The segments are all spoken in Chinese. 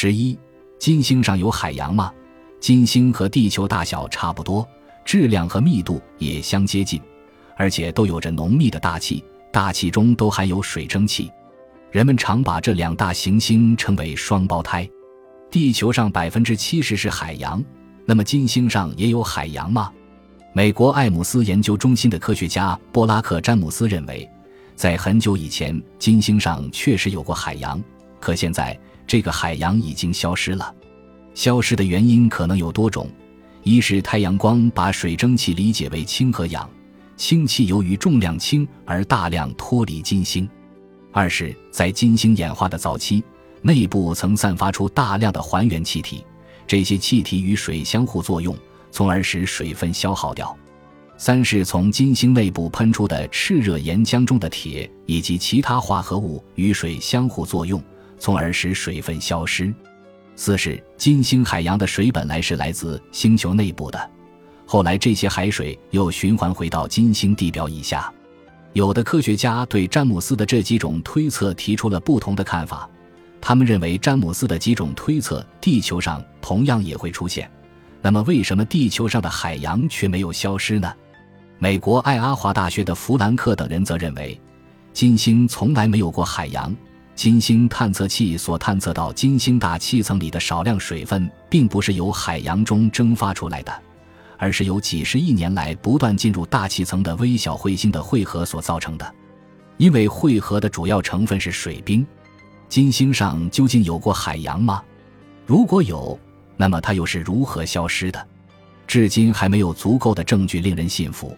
11. 金星上有海洋吗？金星和地球大小差不多，质量和密度也相接近，而且都有着浓密的大气，大气中都含有水蒸气。人们常把这两大行星称为双胞胎。地球上 70% 是海洋，那么金星上也有海洋吗？美国艾姆斯研究中心的科学家波拉克·詹姆斯认为，在很久以前金星上确实有过海洋，可现在这个海洋已经消失了。消失的原因可能有多种，一是太阳光把水蒸气理解为氢和氧，氢气由于重量轻而大量脱离金星；二是在金星演化的早期，内部曾散发出大量的还原气体，这些气体与水相互作用，从而使水分消耗掉；三是从金星内部喷出的炽热岩浆中的铁以及其他化合物与水相互作用，从而使水分消失；四是金星海洋的水本来是来自星球内部的，后来这些海水又循环回到金星地表以下。有的科学家对詹姆斯的这几种推测提出了不同的看法，他们认为詹姆斯的几种推测地球上同样也会出现，那么为什么地球上的海洋却没有消失呢？美国爱阿华大学的弗兰克等人则认为，金星从来没有过海洋，金星探测器所探测到金星大气层里的少量水分并不是由海洋中蒸发出来的，而是由几十亿年来不断进入大气层的微小彗星的汇合所造成的。因为汇合的主要成分是水冰，金星上究竟有过海洋吗？如果有，那么它又是如何消失的？至今还没有足够的证据令人信服。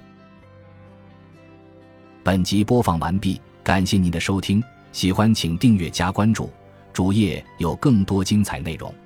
本集播放完毕，感谢您的收听，喜欢请订阅加关注，主页有更多精彩内容。